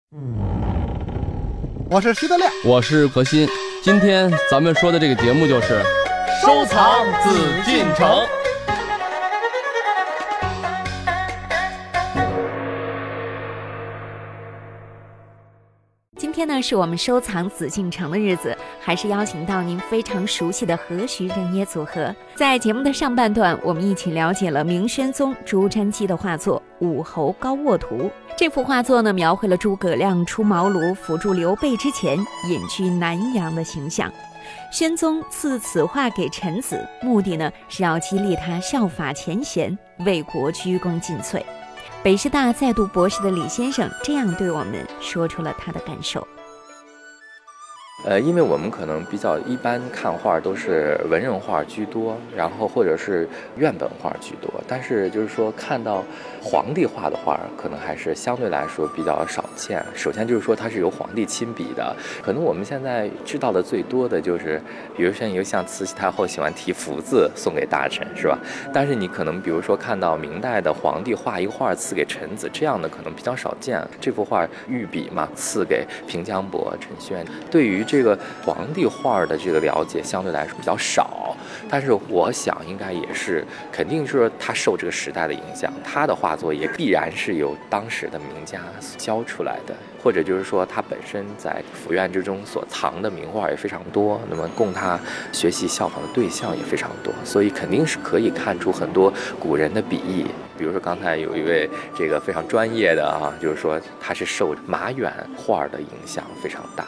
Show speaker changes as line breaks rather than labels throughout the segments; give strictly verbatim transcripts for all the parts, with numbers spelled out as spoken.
我是徐德亮，
我是何鑫。今天咱们说的这个节目就是
收藏紫禁城。
今天呢是我们收藏紫禁城的日子，还是邀请到您非常熟悉的何徐人也组合。在节目的上半段，我们一起了解了明宣宗朱瞻基的画作《武侯高卧图》。这幅画作呢，描绘了诸葛亮出茅庐辅助刘备之前隐居南阳的形象。宣宗赐此画给臣子，目的呢是要激励他效法前贤，为国鞠躬尽瘁。北师大在读博士的李先生这样对我们说出了他的感受。
呃，因为我们可能比较一般看画都是文人画居多，然后或者是院本画居多，但是就是说看到皇帝画的画，可能还是相对来说比较少见。首先就是说它是由皇帝亲笔的，可能我们现在知道的最多的就是，比如说有像慈禧太后喜欢题福字送给大臣，是吧？但是你可能比如说看到明代的皇帝画一个画赐给臣子，这样的可能比较少见。这幅画御笔嘛，赐给平江伯、陈铉。对于这个皇帝画的这个了解相对来说比较少，但是我想应该也是肯定是他受这个时代的影响，他的画作也必然是由当时的名家教出来的，或者就是说他本身在府院之中所藏的名画也非常多，那么供他学习效仿的对象也非常多，所以肯定是可以看出很多古人的笔意。比如说刚才有一位这个非常专业的啊，就是说他是受马远画的影响非常大。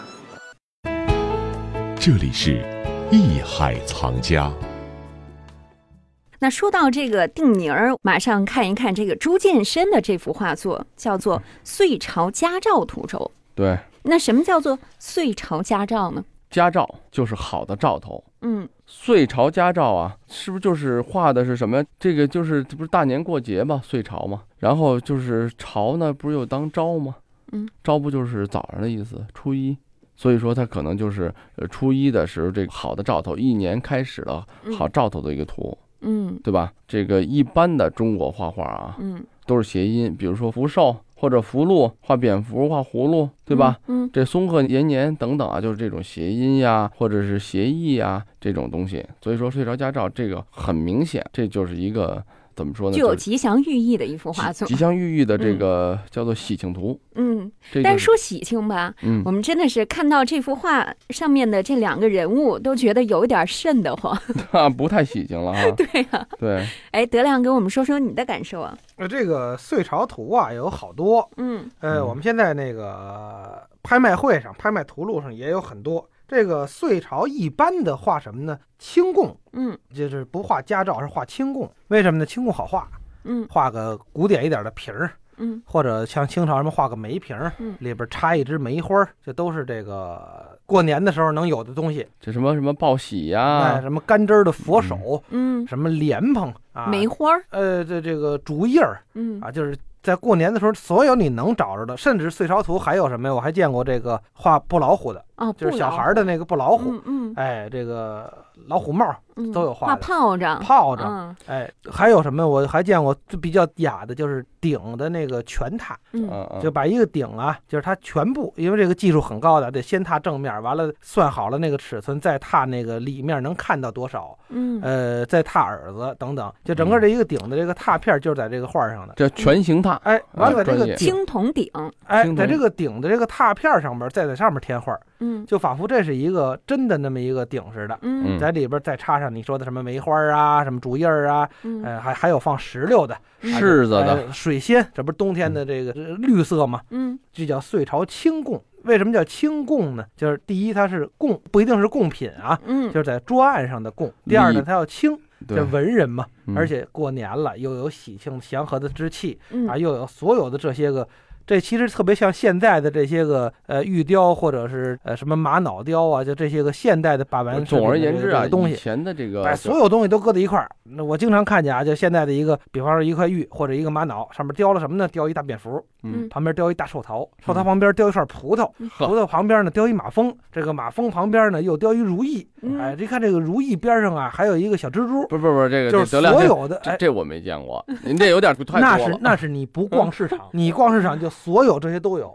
这里是艺海藏家。
那说到这个定名儿，马上看一看这个朱见深的这幅画作，叫做《岁朝佳兆图轴》。
对，
那什么叫做岁朝佳兆呢？
佳兆就是好的兆头。
嗯，
岁朝佳兆啊，是不是就是画的是什么？这个就是这不是大年过节嘛，岁朝嘛。然后就是朝呢，不是又当朝吗？
嗯，
朝不就是早上的意思，初一。所以说它可能就是呃初一的时候，这个好的兆头，一年开始了好兆头的一个图，
嗯，
对吧？这个一般的中国画画啊，
嗯，
都是谐音，比如说福寿或者福禄，画蝙蝠、画葫芦，对吧？
嗯，嗯
这松鹤延年等等啊，就是这种谐音呀，或者是谐意呀这种东西。所以说岁朝佳兆这个很明显，这就是一个。怎么说呢？
具有吉祥寓意的一幅画作，
吉祥寓意的这个叫做喜庆图。
嗯，
这个、
但是说喜庆吧，嗯，我们真的是看到这幅画上面的这两个人物，都觉得有点瘆得慌，
啊，不太喜庆了哈。
对呀、啊，
对。
哎，德亮，跟我们说说你的感受啊。
呃，这个岁朝图啊有好多，
嗯，
呃，我们现在那个拍卖会上、拍卖图录上也有很多。这个岁朝一般的画什么呢？清供，
嗯，
就是不画佳兆，是画清供。为什么呢？清供好画，
嗯，
画个古典一点的瓶儿，
嗯，
或者像清朝什么画个梅瓶，嗯，里边插一枝梅花，这都是这个过年的时候能有的东西。
这什么什么报喜呀、
哎，什么干枝的佛手，
嗯，
什么莲蓬啊，
梅花，
呃，这这个竹叶儿，
嗯
啊，就是。在过年的时候，所有你能找着的，甚至岁朝图还有什么呀？我还见过这个画布老虎的，
哦，
就是小孩的那个布老虎，
嗯嗯，
哎，这个老虎帽都有画的，
画炮仗，
炮仗，
嗯、
哎，还有什么？我还见过比较雅的，就是顶的那个全踏，
嗯，
就把一个顶啊，就是它全部，因为这个技术很高的，得先踏正面，完了算好了那个尺寸，再踏那个里面能看到多少，
嗯，
呃，再踏耳子等等，就整个这一个顶的这个踏片就是在这个画上的，
这全形踏。
哎，完了这个
青铜顶，
哎，在这个顶的这个踏片上面，再在上面添画，
嗯，
就仿佛这是一个真的那么一个顶似的，
嗯，
在里边再插上你说的什么梅花啊，什么竹叶啊，
嗯，
呃，还还有放石榴的、
柿子的、
呃、水仙，这不是冬天的这个、嗯、绿色吗？
嗯，
这叫岁朝清供。为什么叫清供呢？就是第一，它是供，不一定是贡品啊，
嗯，
就是在桌案上的供。第二呢，它要清。这文人嘛，
嗯、
而且过年了，又有喜庆祥和的之气、
嗯、
啊，又有所有的这些个，这其实特别像现在的这些个呃玉雕或者是呃什么玛瑙雕啊，就这些个现代的把玩。
总而言之啊，
东西
以前的这个
把所有东西都搁在一块儿。那我经常看见啊，就现在的一个，比方说一块玉或者一个玛瑙，上面雕了什么呢？雕一大蝙蝠，
嗯，
旁边雕一大寿桃，寿桃旁边雕一串葡萄，
嗯、
葡萄旁边呢雕一马蜂，这个马蜂旁边呢又雕一如意。
嗯、
哎，这看这个如意边上啊，还有一个小蜘蛛。
不是不是不是，这个
就是所有的，
这这, 这我没见过，您这有点太多了。
那是那是你不逛市场，你逛市场就所有这些都有
啊。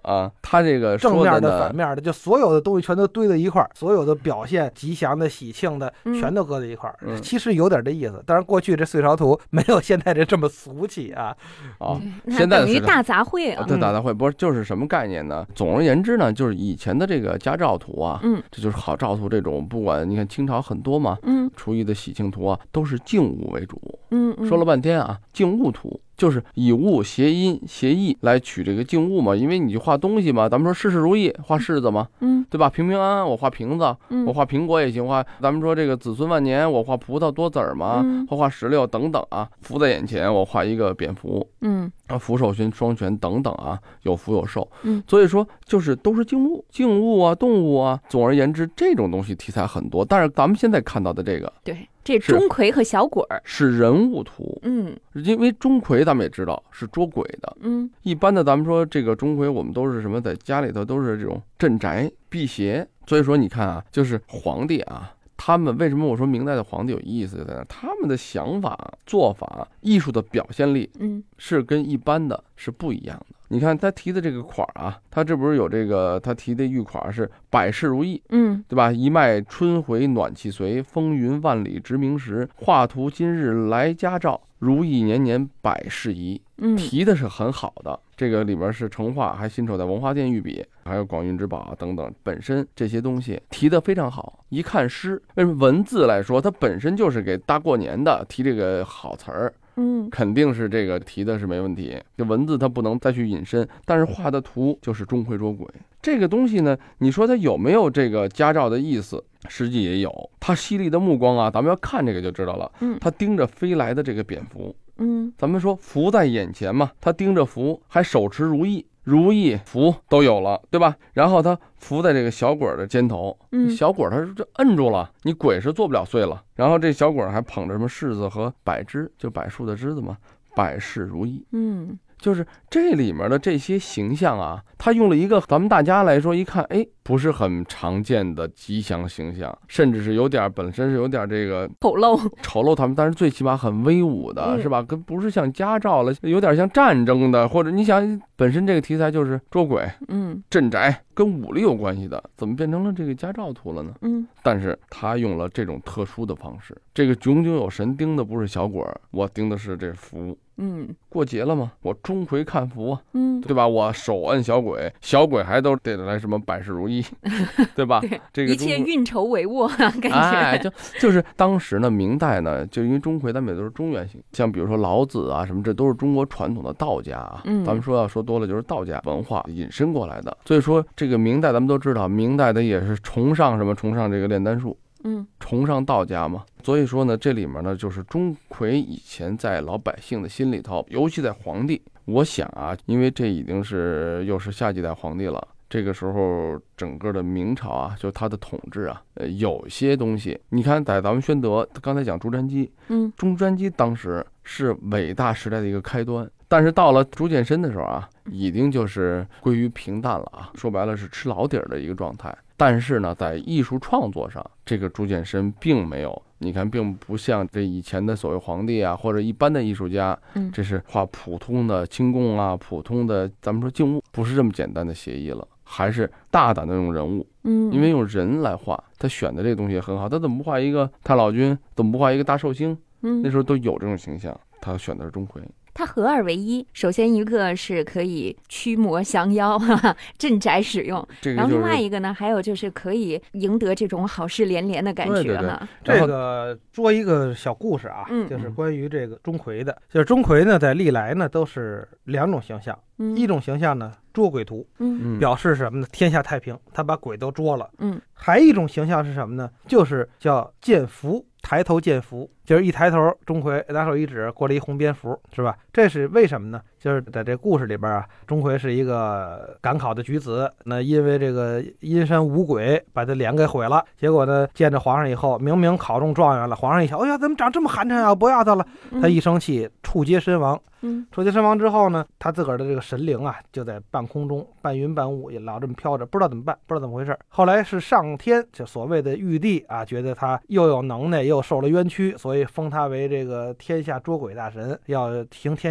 他这个
正面的、
说的呢
反面的，就所有的东西全都堆在一块儿，所有的表现吉祥的、喜庆的，
嗯
全都搁在一块儿。
嗯
其实有点这意思，当然过去这岁朝图没有现在这这么俗气啊。
啊，
那
现在的是
等于大杂烩啊。
对，大杂烩不是就是什么概念呢？总而言之呢，就是以前的这个家照图啊，
嗯，
这就是好照图这种，不管你看清朝很多嘛，
嗯
厨艺的喜庆图啊，都是静物为主。
嗯嗯，
说了半天啊，静物图就是以物谐音谐意来取这个静物嘛，因为你就画东西嘛，咱们说事事如意，画柿子嘛，
嗯，
对吧？平平安安，我画瓶子，
嗯
我画苹果也行，画咱们说这个子孙万年，我画葡萄多籽儿嘛，
嗯
画画石榴等等啊，福在眼前，我画一个蝙蝠，
嗯
啊，福寿星双全等等啊，有福有寿，
嗯，
所以说就是都是静物，静物啊，动物啊，总而言之，这种东西题材很多。但是咱们现在看到的这个
对，这钟馗和小鬼儿，
是人物图，
嗯
因为钟馗咱们也知道是捉鬼的，
嗯
一般的咱们说这个钟馗，我们都是什么，在家里头都是这种镇宅辟邪。所以说你看啊，就是皇帝啊，他们为什么我说明代的皇帝有意思就在那，他们的想法、做法、艺术的表现力
嗯
是跟一般的是不一样的。你看他提的这个款啊，他这不是有这个他提的玉款是百事如意，
嗯
对吧？一脉春回暖气随，风云万里直明时，画图今日来佳兆，如意年年百事宜。
嗯，
提的是很好的，这个里面是成画，还辛丑在文华殿御笔，还有广运之宝啊等等，本身这些东西提的非常好。一看诗，为什么文字来说，它本身就是给大过年的提这个好词儿。
嗯
肯定是这个提的是没问题，这文字它不能再去引申，但是画的图就是钟馗捉鬼这个东西呢，你说它有没有这个家照的意思？实际也有，他犀利的目光啊，咱们要看这个就知道了。
嗯，
他盯着飞来的这个蝙蝠，
嗯，
咱们说福在眼前嘛，他盯着福，还手持如意。如意福都有了，对吧？然后他伏在这个小鬼的肩头，
嗯，
小鬼他就摁住了，你鬼是做不了碎了。然后这小鬼还捧着什么柿子和柏枝，就柏树的枝子嘛，百事如意。
嗯，
就是这里面的这些形象啊，他用了一个咱们大家来说一看，哎，不是很常见的吉祥形象，甚至是有点本身是有点这个
丑陋
丑陋他们，但是最起码很威武的，
嗯、
是吧？跟不是像家照了，有点像战争的，或者你想本身这个题材就是捉鬼，
嗯，
镇宅，跟武力有关系的，怎么变成了这个家照图了呢？
嗯，
但是他用了这种特殊的方式，这个炯炯有神盯的不是小鬼，我盯的是这符。
嗯，
过节了吗？我钟馗看符啊，
嗯，
对吧？我手摁小鬼，小鬼还都得来什么百事如意，对吧？
对，
这个
一切运筹帷幄，感觉。
哎，就就是当时呢，明代呢，就因为钟馗咱们也都是中原型，像比如说老子啊什么，这都是中国传统的道家啊。
嗯，
咱们说要说多了，就是道家文化引申过来的。所以说，这个明代咱们都知道，明代的也是崇尚什么？崇尚这个炼丹术。
嗯，
崇尚道家嘛，所以说呢，这里面呢，就是钟馗以前在老百姓的心里头，尤其在皇帝，我想啊，因为这已经是又是下几代皇帝了，这个时候整个的明朝啊，就他的统治啊，呃，有些东西，你看在咱们宣德刚才讲朱瞻基，
嗯，
朱瞻基当时是伟大时代的一个开端，但是到了朱见深的时候啊，已经就是归于平淡了啊，说白了是吃老底儿的一个状态。但是呢，在艺术创作上，这个朱见深并没有，你看，并不像这以前的所谓皇帝啊，或者一般的艺术家，
嗯，
这是画普通的清供啊，普通的咱们说静物，不是这么简单的写意了，还是大胆的用人物，
嗯，
因为用人来画，他选的这个东西也很好，他怎么不画一个太老君，怎么不画一个大寿星？
嗯，
那时候都有这种形象，他选的是钟馗。
它合二为一，首先一个是可以驱魔降妖、哈哈镇宅使用，
这个
然后另外一个呢，还有就是可以赢得这种好事连连的感觉哈。
这个说一个小故事啊，
嗯，
就是关于这个钟馗的，就是钟馗呢，在历来呢都是两种形象，
嗯，
一种形象呢捉鬼图，
嗯，
表示什么呢？天下太平，他把鬼都捉了，
嗯，
还一种形象是什么呢？就是叫见福。抬头见福，就是一抬头，钟馗拿手一指，过来一红蝙蝠，是吧？这是为什么呢？就是在这故事里边啊，钟馗是一个赶考的举子，那因为这个阴山五鬼把他脸给毁了，结果呢，见着皇上以后，明明考中状元了，皇上一瞧，哎呀，怎么长这么寒碜啊，不要他了，他一生气，触街身亡。
嗯，
触街身亡之后呢，他自个儿的这个神灵啊，就在半空中半云半雾，也老这么飘着，不知道怎么办，不知道怎么回事。后来是上天，就所谓的玉帝啊，觉得他又有能耐，又受了冤屈，所以封他为这个天下捉鬼大神，要行天下。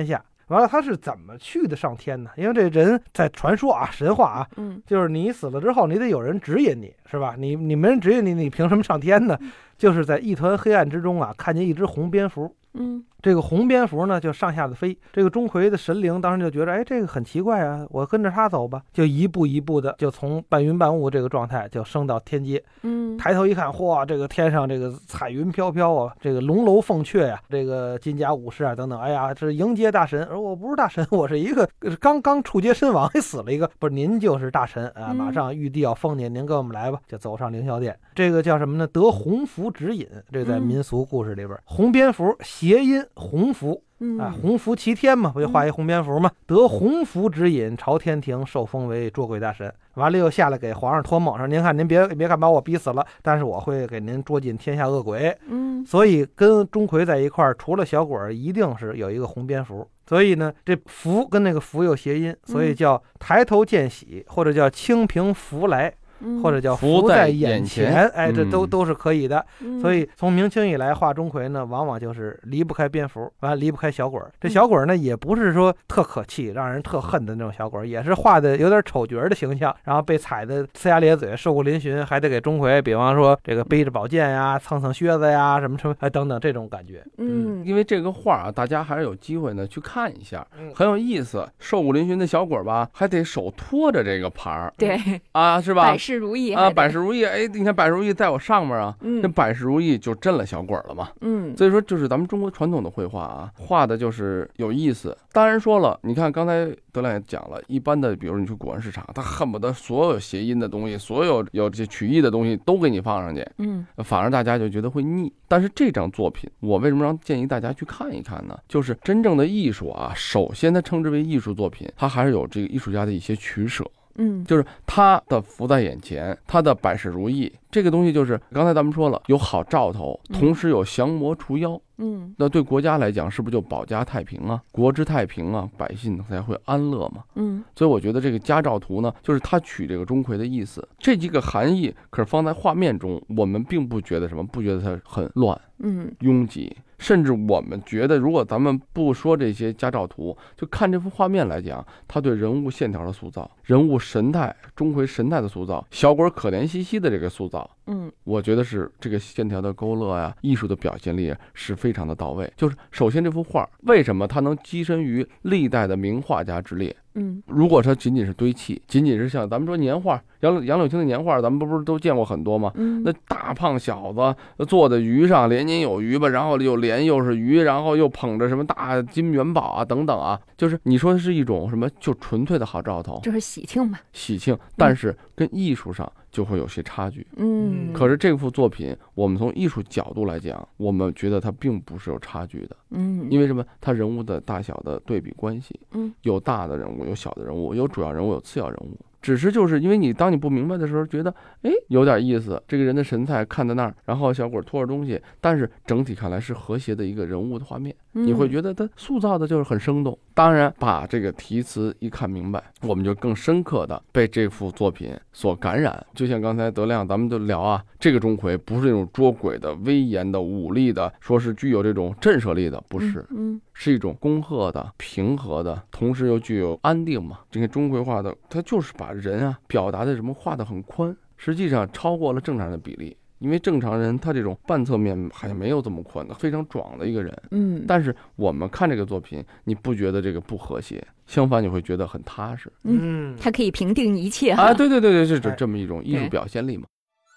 完了他是怎么去的上天呢？因为这人在传说啊，神话啊，
嗯，
就是你死了之后，你得有人指引你，是吧？你你没人指引你，你凭什么上天呢？就是在一团黑暗之中啊，看见一只红蝙蝠。
嗯，
这个红蝙蝠呢就上下的飞，这个钟馗的神灵当时就觉得，哎，这个很奇怪啊，我跟着他走吧，就一步一步的就从半云半雾这个状态就升到天阶。
嗯，
抬头一看，嚯，这个天上这个彩云飘飘啊，这个龙楼凤阙呀、啊，这个金甲武士啊等等，哎呀，这迎接大神。而我不是大神，我是一个刚刚触阶身亡，还死了一个，不是您就是大神啊，马上玉帝要封您，您跟我们来吧，就走上凌霄殿。这个叫什么呢？得鸿福指引，这在民俗故事里边，红蝙蝠谐音鸿福。啊，鸿福齐天嘛，不就画一红蝙蝠嘛？得鸿福指引，朝天庭受封为捉鬼大神。完了又下来给皇上托梦说：“您看，您别别看把我逼死了，但是我会给您捉尽天下恶鬼。”嗯，所以跟钟馗在一块儿，除了小鬼，一定是有一个红蝙蝠。所以呢，这福跟那个福有谐音，所以叫抬头见喜，或者叫清平福来。或者叫福在眼前，
前
哎，这都、
嗯、
都是可以的。
嗯、
所以从明清以来画钟馗呢，往往就是离不开蝙蝠，完了离不开小鬼。这小鬼呢，也不是说特可气、让人特恨的那种小鬼，也是画的有点丑角的形象，然后被踩的呲牙咧嘴、瘦骨嶙峋，还得给钟馗，比方说这个背着宝剑呀、蹭蹭靴子呀，什么什么，哎等等这种感觉。
嗯，
因为这个画啊，大家还是有机会呢去看一下，很有意思。瘦骨嶙峋的小鬼吧，还得手托着这个牌儿，
对
啊，是吧？
百事如意
啊，百事如意，哎，你看百事如意在我上面啊，
嗯，
这百事如意就震了小鬼了嘛，
嗯，
所以说就是咱们中国传统的绘画啊，画的就是有意思。当然说了，你看刚才德亮也讲了，一般的，比如你去古玩市场，他恨不得所有谐音的东西，所有有这些曲艺的东西都给你放上去，
嗯，
反而大家就觉得会腻。但是这张作品，我为什么让建议大家去看一看呢？就是真正的艺术啊，首先它称之为艺术作品，它还是有这个艺术家的一些取舍。
嗯，
就是他的福在眼前，他的百事如意，这个东西就是刚才咱们说了，有好兆头，同时有降魔除妖。嗯，那对国家来讲，是不是就保家太平啊？国之太平啊，百姓才会安乐嘛。嗯，所以我觉得这个家兆图呢，就是他取这个钟馗的意思，这几个含义，可是放在画面中，我们并不觉得什么，不觉得它很乱，嗯，拥挤。甚至我们觉得，如果咱们不说这些家兆图，就看这幅画面来讲，它对人物线条的塑造、人物神态、钟馗神态的塑造、小鬼可怜兮兮的这个塑造，嗯，我觉得是这个线条的勾勒呀、艺术的表现力是非常的到位。就是首先这幅画为什么它能跻身于历代的名画家之列？嗯，如果它仅仅是堆砌，仅仅是像咱们说年画，杨杨柳青的年画，咱们不是都见过很多吗？嗯，那大胖小子坐在鱼上，连年有余吧，然后又连又是鱼，然后又捧着什么大金元宝啊等等啊，就是你说是一种什么，就纯粹的好兆头，
就是喜庆嘛，
喜庆，但是跟艺术上就会有些差距。
嗯，
可是这幅作品，我们从艺术角度来讲，我们觉得它并不是有差距的。嗯，因为什么？它人物的大小的对比关系，嗯，有大的人物，有小的人物，有主要人物，有次要人物。只是就是因为你当你不明白的时候，觉得哎有点意思，这个人的神态看在那儿，然后小鬼拖着东西，但是整体看来是和谐的一个人物的画面，你会觉得他塑造的就是很生动。当然把这个题词一看明白，我们就更深刻的被这幅作品所感染。就像刚才德亮咱们就聊啊，这个钟馗不是那种捉鬼的、威严的、武力的，说是具有这种震慑力的，不是，嗯，是一种恭贺的、平和的，同时又具有安定嘛。这个钟馗画的，他就是把人啊表达的什么画得很宽，实际上超过了正常人的比例。因为正常人他这种半侧面好像没有这么宽的，非常壮的一个人，嗯，但是我们看这个作品，你不觉得这个不和谐，相反你会觉得很踏实，
嗯，它可以平定一切
啊，对对对对，是这么一种艺术表现力嘛。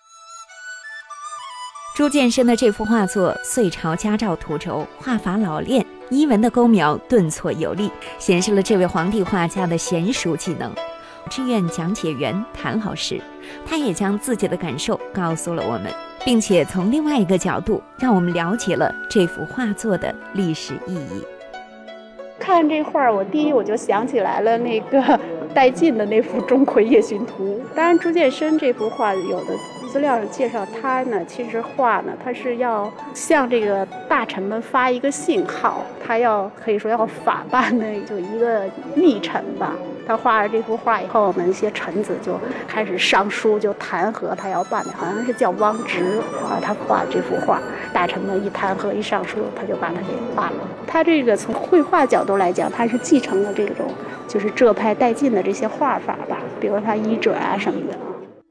朱见深的这幅画作《隋朝家兆图轴》，画法老练，衣纹的勾描顿挫有力，显示了这位皇帝画家的娴熟技能。志愿讲解员谭老师，他也将自己的感受告诉了我们，并且从另外一个角度让我们了解了这幅画作的历史意义。
看这画，我第一我就想起来了那个带劲的那幅《钟馗夜巡图》。当然，朱见深这幅画有的资料介绍他呢，其实画呢，他是要向这个大臣们发一个信号，他要可以说要法办的就一个逆臣吧。他画了这幅画以后呢，一些臣子就开始上书，就弹劾他要办的，好像是叫汪直啊，他画这幅画，大臣们一弹劾一上书，他就把他给办了。他这个从绘画角度来讲，他是继承了这种就是浙派带劲的这些画法吧，比如他衣褶啊什么的。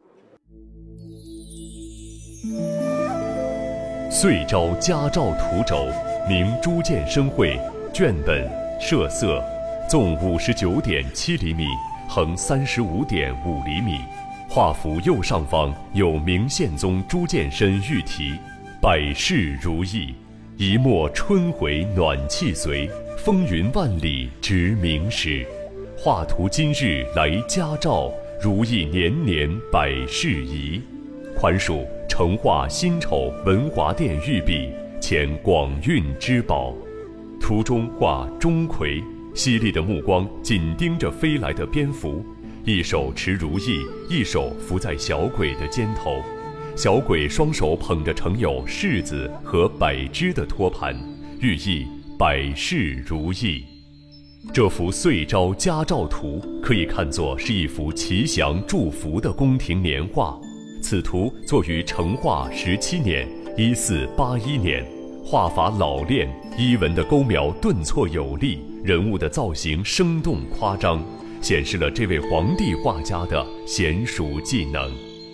岁朝家照图轴，明朱见深绘，卷本设色，纵五十九点七厘米，横三十五点五厘米。画幅右上方有明宪宗朱见深御题“百事如意，一抹春回暖气随，风云万里值明时。画图今日来家照，如意年年百事宜。”款属成化辛丑文华殿御笔，前广运之宝。图中画钟馗，犀利的目光紧盯着飞来的蝙蝠，一手持如意，一手扶在小鬼的肩头。小鬼双手捧着盛有柿子和柏枝的托盘，寓意百事如意。这幅岁朝家照图可以看作是一幅吉祥祝福的宫廷年画。此图作于成化十七年（一四八一年），画法老练，衣纹的勾描顿挫有力，人物的造型生动夸张，显示了这位皇帝画家的娴熟技能。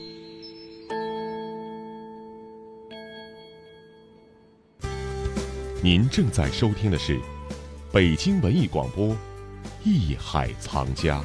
您正在收听的是北京文艺广播《艺海藏家》。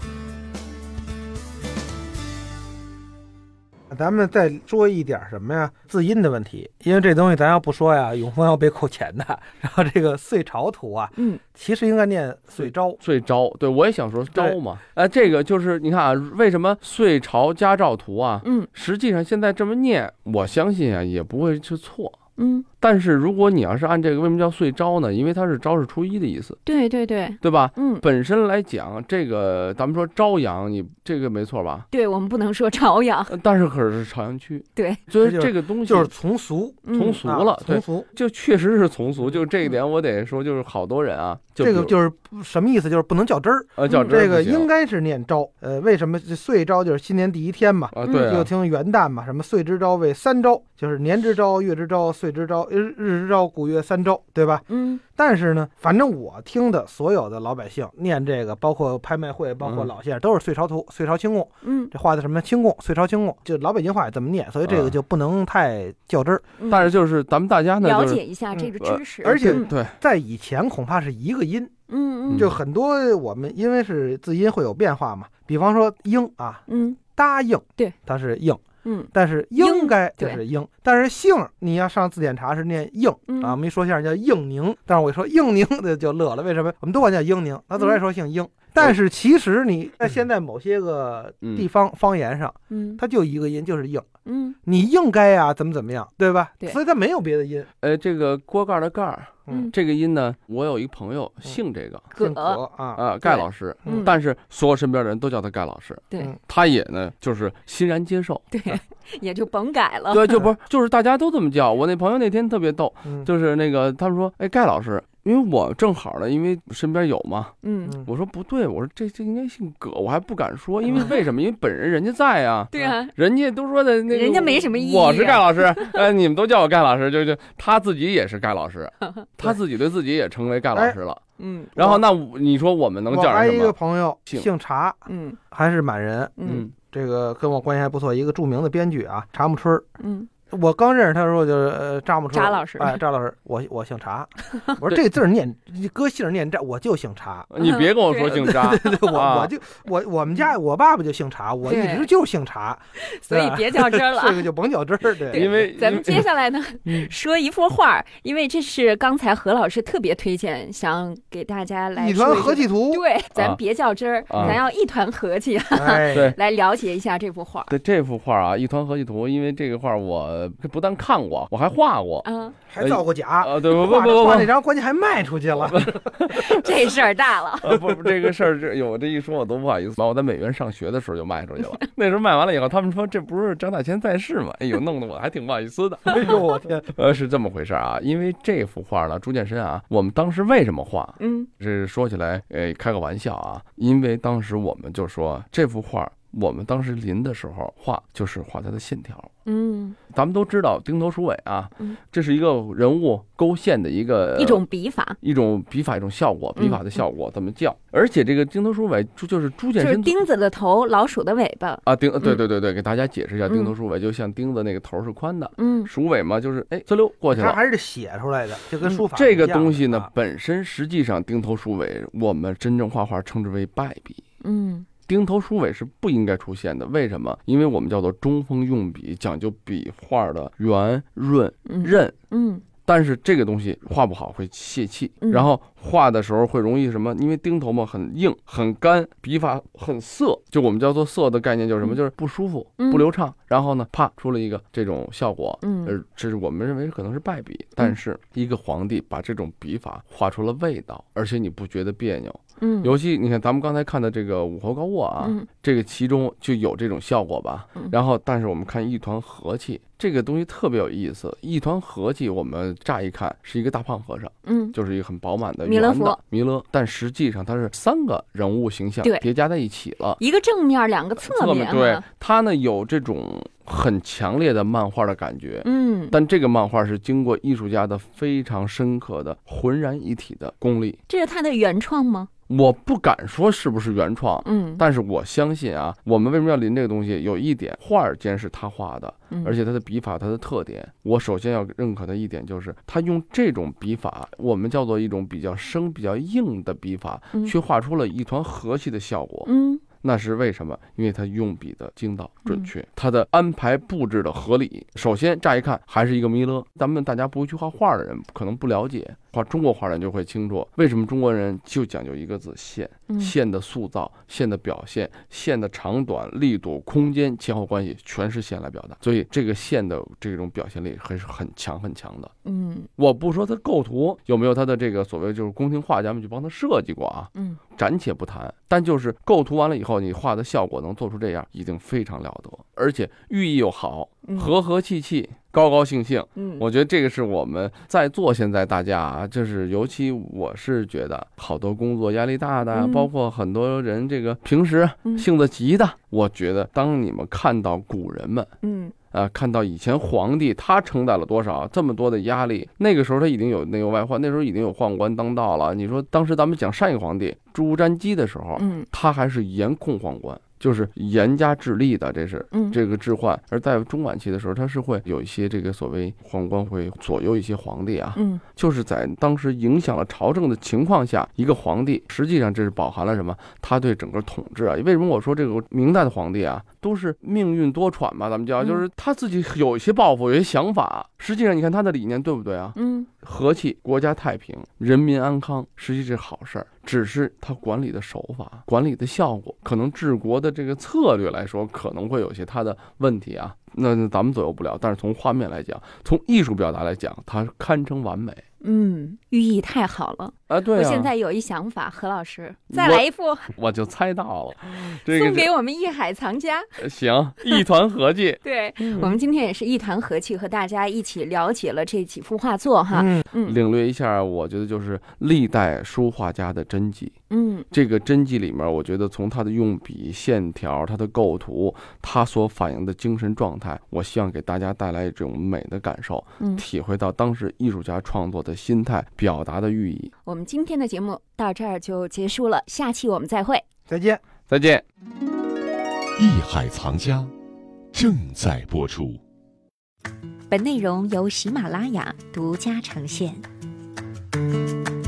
咱们再说一点什么呀？字音的问题，因为这东西咱要不说呀，永丰要被扣钱的。然后这个岁朝图啊，
嗯，
其实应该念岁朝，
岁朝，对我也想说朝嘛。哎、呃，这个就是你看啊，为什么岁朝家照图啊？
嗯，
实际上现在这么念，我相信啊也不会是错。
嗯，
但是如果你要是按这个，为什么叫岁朝呢？因为它是朝是初一的意思。
对对对，
对吧？
嗯，
本身来讲，这个咱们说朝阳，你这个没错吧？
对，我们不能说朝阳，
但是可是朝阳区。
对，
所以这个东西
就是从俗，
从俗了，
啊、从俗
就确实是从俗。就这一点，我得说，就是好多人啊，就
这个就是什么意思？就是不能较真儿。
呃，较真儿
这个应该是念朝。呃，为什么岁朝就是新年第一天嘛？
啊，对啊。
又听元旦嘛，什么岁之朝为三朝，就是年之朝、月之朝、岁之朝、日日之朝、古月三朝，对吧？
嗯。
但是呢，反正我听的所有的老百姓念这个，包括拍卖会，包括老先生，都是岁朝图、岁朝清供。
嗯，
这画的什么清供、岁朝清供，就老北京话也这么念，所以这个就不能太较真儿。
嗯、
但是就是咱们大家呢，
了解一下这个知识，
嗯、而且
对，
在以前恐怕是一个音。
嗯嗯，
就很多我们因为是字音会有变化嘛，比方说应啊，
嗯，
答应，
对，
它是应。
嗯，
但是应该就是应，但是姓你要上字典查是念应、嗯、啊。我们一说相声叫应宁，但是我一说应宁的就乐了，为什么？我们都管叫应宁，他自个儿说姓应、嗯，但是其实你在现在某些个地方方言上，嗯，它就一个音，就是应。
嗯，
你应该啊，怎么怎么样，对吧？
对，
所以它没有别的音。
呃，这个锅盖的盖儿，
嗯，
这个音呢，我有一个朋友姓这个，
姓葛啊
啊，盖老师，
嗯，
但是所有身边的人都叫他盖老师，
对，
他也呢就是欣然接受，
对，也就甭改了，
对，就不是，就是大家都这么叫。我那朋友那天特别逗，
嗯、
就是那个他们说，哎，盖老师。因为我正好呢，因为身边有嘛，
嗯，
我说不对，我说这这应该姓葛，我还不敢说，因为为什么？因为本人人家在啊，
对啊，
人家都说的那个，
人家没什么意义、
啊。我是盖老师，呃，你们都叫我盖老师，就就他自己也是盖老师，他自己对自己也成为盖老师了，
嗯。
然后那你说我们能叫人什么？
我还一个朋友姓查，
嗯，
还是满人，
嗯，
这个跟我关系还不错，一个著名的编剧啊，查木春，
嗯。
我刚认识他的时候就是呃查木春，
查老师，
哎，查老师，我我姓查，我说这字念搁姓念查，我就姓查，
你别跟我说姓查，
对对对，我我就我我们家我爸爸就姓查，我一直就姓查，
所以别较真了，
这个就甭较真儿，对，
因为
咱们接下来呢说一幅画，因为这是刚才何老师特别推荐，想给大家来
一团和气图，
对，咱别较真儿，咱要一团和气，
哎，
对，
来了解一下这幅画。
对这幅画啊，一团和气图，因为这个画我。 我不但看过，我还画过，
嗯，
还造过假
啊！对，不不不不，
画那张关键还卖出去了，
这事儿大了。
呃，不，这个事儿这有这一说，我都不好意思。我在美院上学的时候就卖出去了，那时候卖完了以后，他们说这不是张大千在世吗？哎呦，弄得我还挺不好意思的。
哎呦我天！
呃，是这么回事啊，因为这幅画呢，朱见深啊，我们当时为什么画？
嗯，
这说起来，哎，开个玩笑啊，因为当时我们就说这幅画。我们当时临的时候画就是画它的线条，
嗯，
咱们都知道钉头鼠尾啊，
嗯，
这是一个人物勾线的一个
一种笔法，
一种笔法，一种效果，笔法的效果怎么叫？而且这个钉头鼠尾就是朱见深，
就是钉子的头，老鼠的尾巴
啊，钉，对对对对，给大家解释一下，钉头鼠尾就像钉子那个头是宽的，
嗯，
鼠尾嘛就是哎滋溜过去了，
它还是写出来的，就跟书法
这个东西呢，本身实际上钉头鼠尾，我们真正画画称之为败笔，
嗯。
钉头鼠尾是不应该出现的，为什么？因为我们叫做中锋用笔，讲究笔画的圆润韧，
嗯，
但是这个东西画不好会泄气，然后画的时候会容易什么？因为钉头嘛很硬很干，笔法很涩，就我们叫做涩的概念就是什么？就是不舒服不流畅，然后呢啪出了一个这种效果，
嗯，
呃，这是我们认为可能是败笔，但是一个皇帝把这种笔法画出了味道，而且你不觉得别扭。
嗯，
尤其你看咱们刚才看的这个武侯高卧啊，
嗯，
这个其中就有这种效果吧。
嗯，
然后，但是我们看一团和气这个东西特别有意思。一团和气，我们乍一看是一个大胖和尚，
嗯，
就是一个很饱满的
弥勒佛
弥勒，但实际上它是三个人物形象叠加在一起了，
一个正面，两个侧面。
侧面对，它呢有这种很强烈的漫画的感觉，
嗯，
但这个漫画是经过艺术家的非常深刻的浑然一体的功力。
这是他的原创吗？
我不敢说是不是原创，
嗯，
但是我相信啊，我们为什么要临这个东西？有一点，画儿间是他画的，
嗯，
而且他的笔法，他的特点，我首先要认可的一点就是，他用这种笔法，我们叫做一种比较生、比较硬的笔法，
嗯，
去画出了一团和气的效果，
嗯。
那是为什么？因为他用笔的精到准确，他的安排布置的合理。首先乍一看还是一个弥勒，咱们大家不会去画画的人可能不了解，画中国画人就会清楚为什么中国人就讲究一个字线，线的塑造、线的表现、线的长短、力度、空间、前后关系，全是线来表达。所以这个线的这种表现力还是很强很强的。
嗯，
我不说他构图有没有他的这个所谓就是宫廷画家们去帮他设计过啊，
嗯，
暂且不谈，但就是构图完了以后，你画的效果能做出这样，已经非常了得，而且寓意又好，和和气气，高高兴兴。
嗯，
我觉得这个是我们在座现在大家啊，就是尤其我是觉得好多工作压力大的，
嗯，
包括很多人这个平时性子急的，嗯，我觉得当你们看到古人们，
嗯。
啊，看到以前皇帝他承担了多少这么多的压力，那个时候他已经有内忧外患，那时候已经有宦官当道了。你说当时咱们讲单于皇帝朱瞻基的时候，嗯，他还是严控宦官，就是严加治吏的，这是这个治宦。而在中晚期的时候，他是会有一些这个所谓宦官会左右一些皇帝啊，嗯，就是在当时影响了朝政的情况下，一个皇帝实际上这是饱含了什么？他对整个统治啊，为什么我说这个明代的皇帝啊，都是命运多舛嘛，咱们叫就是他自己有一些抱负，有一些想法。实际上你看他的理念对不对啊？嗯，和气，国家太平，人民安康，实际是好事儿。只是他管理的手法、管理的效果，可能治国的这个策略来说，可能会有些他的问题啊。那咱们左右不了，但是从画面来讲，从艺术表达来讲，它堪称完美。
嗯，寓意太好了
啊！对啊，
我现在有一想法，何老师再来一幅，
我, 我就猜到了，这个
送给我们艺海藏家。
行，一团和气。
对、嗯、我们今天也是一团和气，和大家一起了解了这几幅画作哈，
嗯嗯，领略一下，我觉得就是历代书画家的真迹。
嗯，
这个真迹里面，我觉得从他的用笔、线条、他的构图，他所反映的精神状态，我希望给大家带来这种美的感受，嗯，体会到当时艺术家创作的心态、表达的寓意。
我们今天的节目到这儿就结束了，下期我们再会，
再见，
再见。
艺海藏家正在播出。
本内容由喜马拉雅独家呈现。